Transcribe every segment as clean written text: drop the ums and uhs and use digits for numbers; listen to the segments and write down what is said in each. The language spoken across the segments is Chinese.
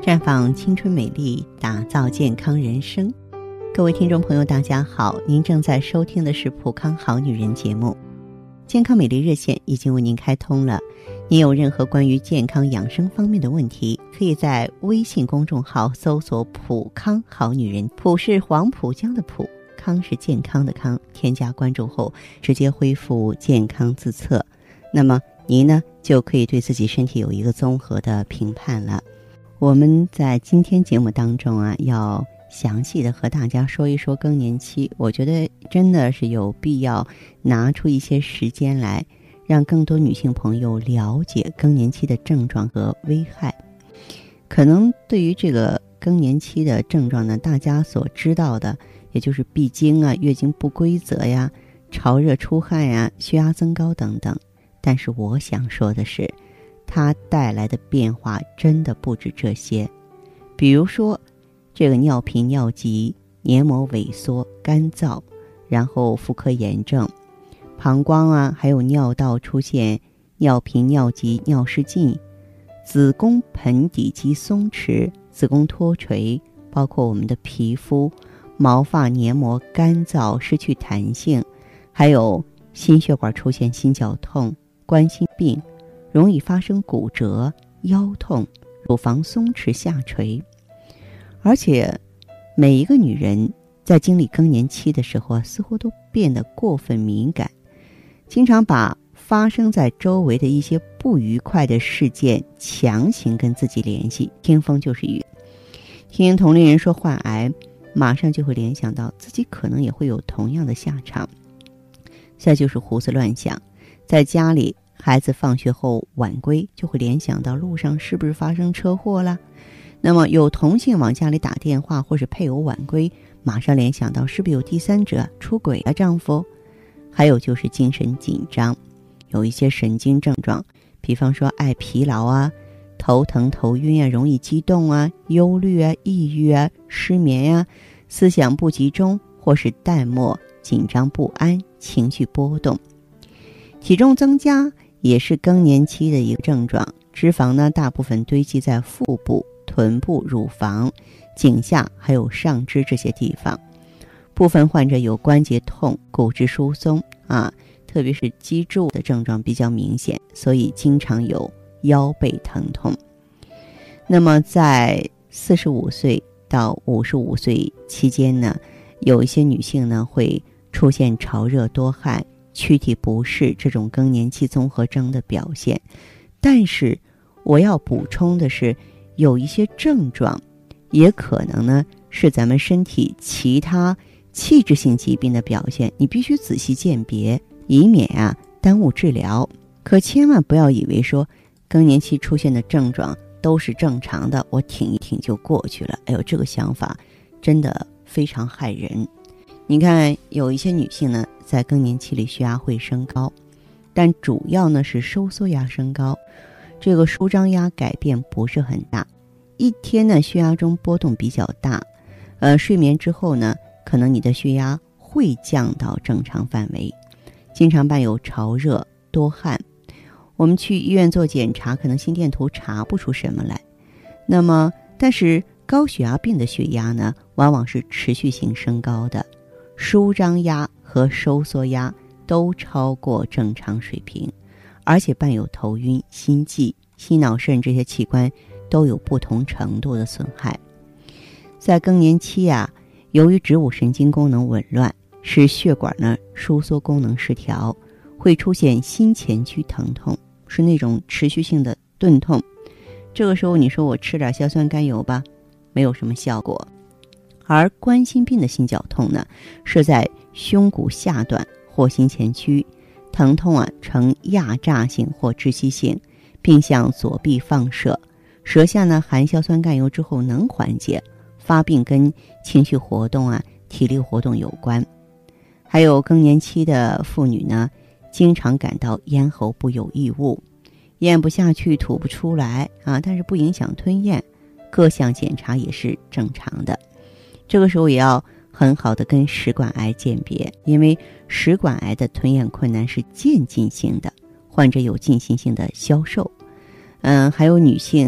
绽放青春美丽，打造健康人生。各位听众朋友大家好，您正在收听的是普康好女人节目。健康美丽热线已经为您开通了，您有任何关于健康养生方面的问题，可以在微信公众号搜索普康好女人，普是黄浦江的浦，康是健康的康，添加关注后直接恢复健康自测，那么您呢就可以对自己身体有一个综合的评判了。我们在今天节目当中要详细的和大家说一说更年期，我觉得真的是有必要拿出一些时间来，让更多女性朋友了解更年期的症状和危害。可能对于这个更年期的症状呢，大家所知道的也就是闭经月经不规则呀、潮热出汗呀、血压增高等等。但是我想说的是，它带来的变化真的不止这些。比如说这个尿频尿急、黏膜萎缩、干燥，然后妇科炎症、膀胱还有尿道出现尿频尿急、尿失禁，子宫盆底肌松弛、子宫脱垂，包括我们的皮肤、毛发黏膜干燥失去弹性，还有心血管出现心绞痛、冠心病，容易发生骨折、腰痛、乳房松弛下垂。而且每一个女人在经历更年期的时候似乎都变得过分敏感，经常把发生在周围的一些不愉快的事件强行跟自己联系，听风就是雨。听同龄人说患癌，马上就会联想到自己可能也会有同样的下场。再就是胡思乱想，在家里孩子放学后晚归，就会联想到路上是不是发生车祸了。那么有同性往家里打电话，或是配偶晚归，马上联想到是不是有第三者出轨了丈夫。还有就是精神紧张，有一些神经症状，比方说爱疲劳头疼头晕容易激动忧虑抑郁失眠思想不集中，或是淡漠、紧张不安、情绪波动。体重增加也是更年期的一个症状，脂肪呢大部分堆积在腹部、臀部、乳房、颈下还有上肢这些地方。部分患者有关节痛、骨质疏松特别是脊柱的症状比较明显，所以经常有腰背疼痛。那么在45岁到55岁期间呢，有一些女性呢会出现潮热多汗、躯体不适这种更年期综合征的表现。但是我要补充的是，有一些症状也可能呢是咱们身体其他器质性疾病的表现，你必须仔细鉴别，以免耽误治疗。可千万不要以为说更年期出现的症状都是正常的，我挺一挺就过去了。这个想法真的非常害人。你看有一些女性呢在更年期里血压会升高，但主要呢是收缩压升高，这个舒张压改变不是很大，一天呢血压中波动比较大，睡眠之后呢可能你的血压会降到正常范围，经常伴有潮热多汗。我们去医院做检查，可能心电图查不出什么来。那么但是高血压病的血压呢往往是持续性升高的，舒张压和收缩压都超过正常水平，而且伴有头晕、心悸、心脑肾这些器官都有不同程度的损害。在更年期由于植物神经功能紊乱，使血管呢收缩功能失调，会出现心前区疼痛，是那种持续性的钝痛。这个时候你说我吃点硝酸甘油吧，没有什么效果。而冠心病的心绞痛呢，是在胸骨下段或心前区，疼痛呈压榨性或窒息性，并向左臂放射。舌下呢含硝酸甘油之后能缓解，发病跟情绪活动体力活动有关。还有更年期的妇女呢，经常感到咽喉部有异物，咽不下去吐不出来但是不影响吞咽，各项检查也是正常的。这个时候也要很好的跟食管癌鉴别，因为食管癌的吞咽困难是渐进性的，患者有进行性的消瘦。还有女性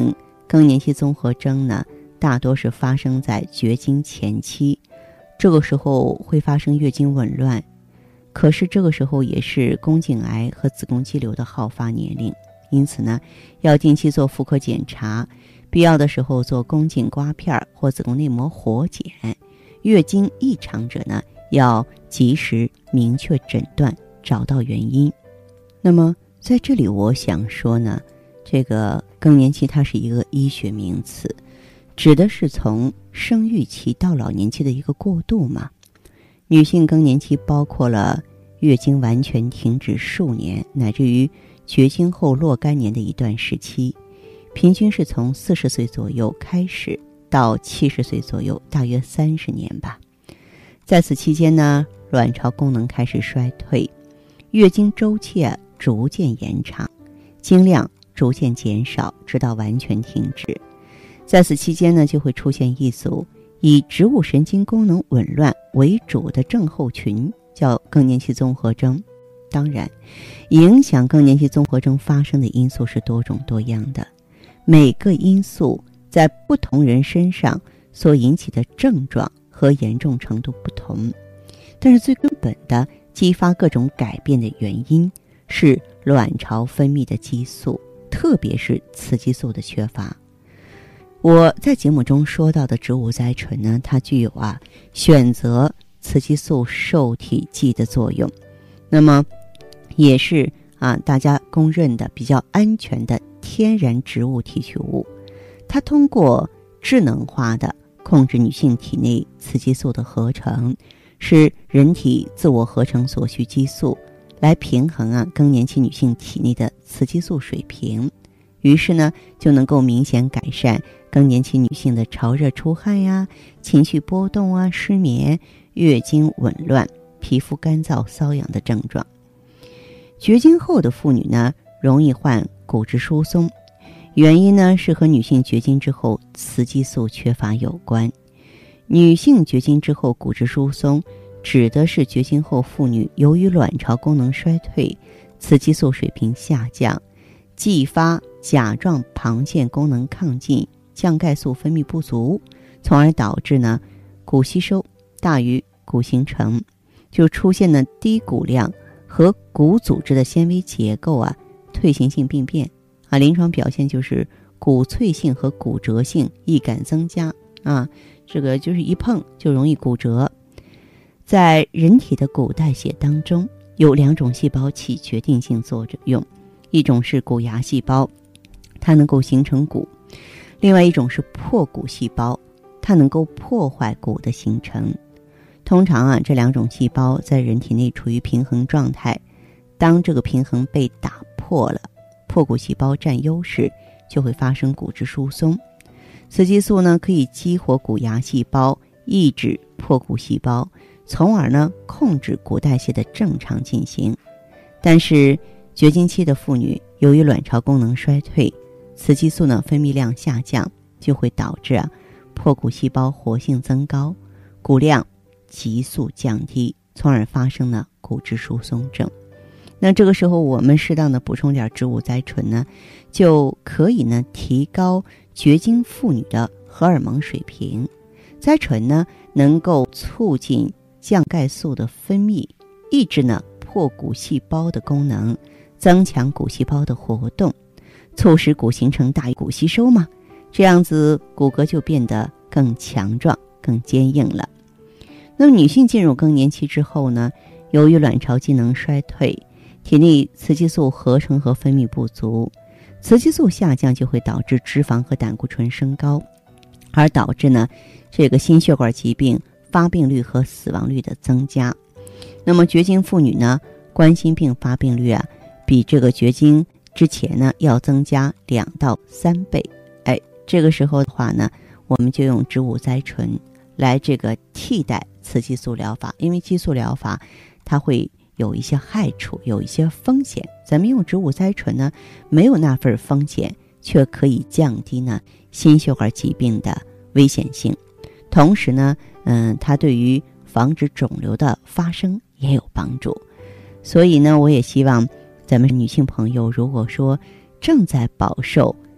更年期综合征呢，大多是发生在绝经前期，这个时候会发生月经紊乱，可是这个时候也是宫颈癌和子宫肌瘤的好发年龄，因此呢，要定期做妇科检查，必要的时候做宫颈刮片或子宫内膜活检。月经异常者呢，要及时明确诊断，找到原因。那么在这里我想说呢，这个更年期它是一个医学名词，指的是从生育期到老年期的一个过渡嘛。女性更年期包括了月经完全停止数年，乃至于绝经后若干年的一段时期，平均是从40岁左右开始到70岁左右，大约30年吧。在此期间呢，卵巢功能开始衰退，月经周期逐渐延长，经量逐渐减少，直到完全停止。在此期间呢，就会出现一组以植物神经功能紊乱为主的症候群，叫更年期综合征。当然，影响更年期综合征发生的因素是多种多样的，每个因素在不同人身上所引起的症状和严重程度不同，但是最根本的激发各种改变的原因是卵巢分泌的激素，特别是雌激素的缺乏。我在节目中说到的植物甾醇呢，它具有选择雌激素受体剂的作用，那么也是大家公认的比较安全的天然植物提取物。它通过智能化的控制女性体内雌激素的合成，是人体自我合成所需激素，来平衡更年期女性体内的雌激素水平，于是呢就能够明显改善更年期女性的潮热出汗呀、情绪波动失眠、月经紊乱、皮肤干燥瘙痒的症状。绝经后的妇女呢，容易患骨质疏松，原因呢是和女性绝经之后雌激素缺乏有关。女性绝经之后骨质疏松，指的是绝经后妇女由于卵巢功能衰退，雌激素水平下降，继发甲状旁腺功能亢进，降钙素分泌不足，从而导致呢骨吸收大于骨形成，就出现了低骨量和骨组织的纤维结构退行性病变临床表现就是骨脆性和骨折性易感增加这个就是一碰就容易骨折。在人体的骨代谢当中，有2种细胞起决定性作用，一种是骨芽细胞，它能够形成骨；另外一种是破骨细胞，它能够破坏骨的形成。通常这2种细胞在人体内处于平衡状态，当这个平衡被打破了，破骨细胞占优势，就会发生骨质疏松。雌激素呢可以激活骨芽细胞，抑制破骨细胞，从而呢控制骨代谢的正常进行。但是绝经期的妇女由于卵巢功能衰退，雌激素呢分泌量下降，就会导致破骨细胞活性增高，骨量急速降低，从而发生了骨质疏松症。那这个时候我们适当的补充点植物甾醇呢，就可以呢提高绝经妇女的荷尔蒙水平。甾醇呢能够促进降钙素的分泌，抑制呢破骨细胞的功能，增强骨细胞的活动，促使骨形成大于骨吸收嘛，这样子骨骼就变得更强壮、更坚硬了。那么女性进入更年期之后呢，由于卵巢机能衰退，体内雌激素合成和分泌不足，雌激素下降就会导致脂肪和胆固醇升高，而导致呢这个心血管疾病发病率和死亡率的增加。那么绝经妇女呢，冠心病发病率比这个绝经之前呢要增加2到3倍。这个时候的话呢，我们就用植物甾醇来这个替代雌激素疗法，因为激素疗法它会有一些害处，有一些风险，咱们用植物甾醇呢没有那份风险，却可以降低呢心血管疾病的危险性，同时呢它对于防止肿瘤的发生也有帮助。所以呢我也希望咱们女性朋友，如果说正在饱受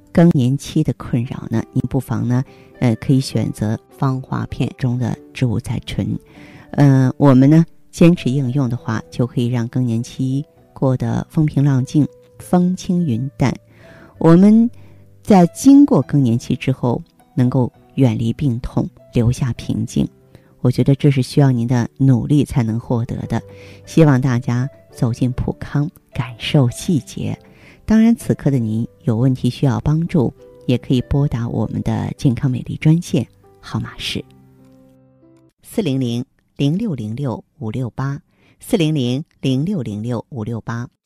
更年期的困扰呢，您不妨呢，可以选择芳华片中的植物甾醇。我们呢坚持应用的话，就可以让更年期过得风平浪静、风轻云淡。我们在经过更年期之后，能够远离病痛，留下平静。我觉得这是需要您的努力才能获得的。希望大家走进普康，感受细节。当然，此刻的您有问题需要帮助，也可以拨打我们的健康美丽专线，号码是400-0606-568，400-0606-568。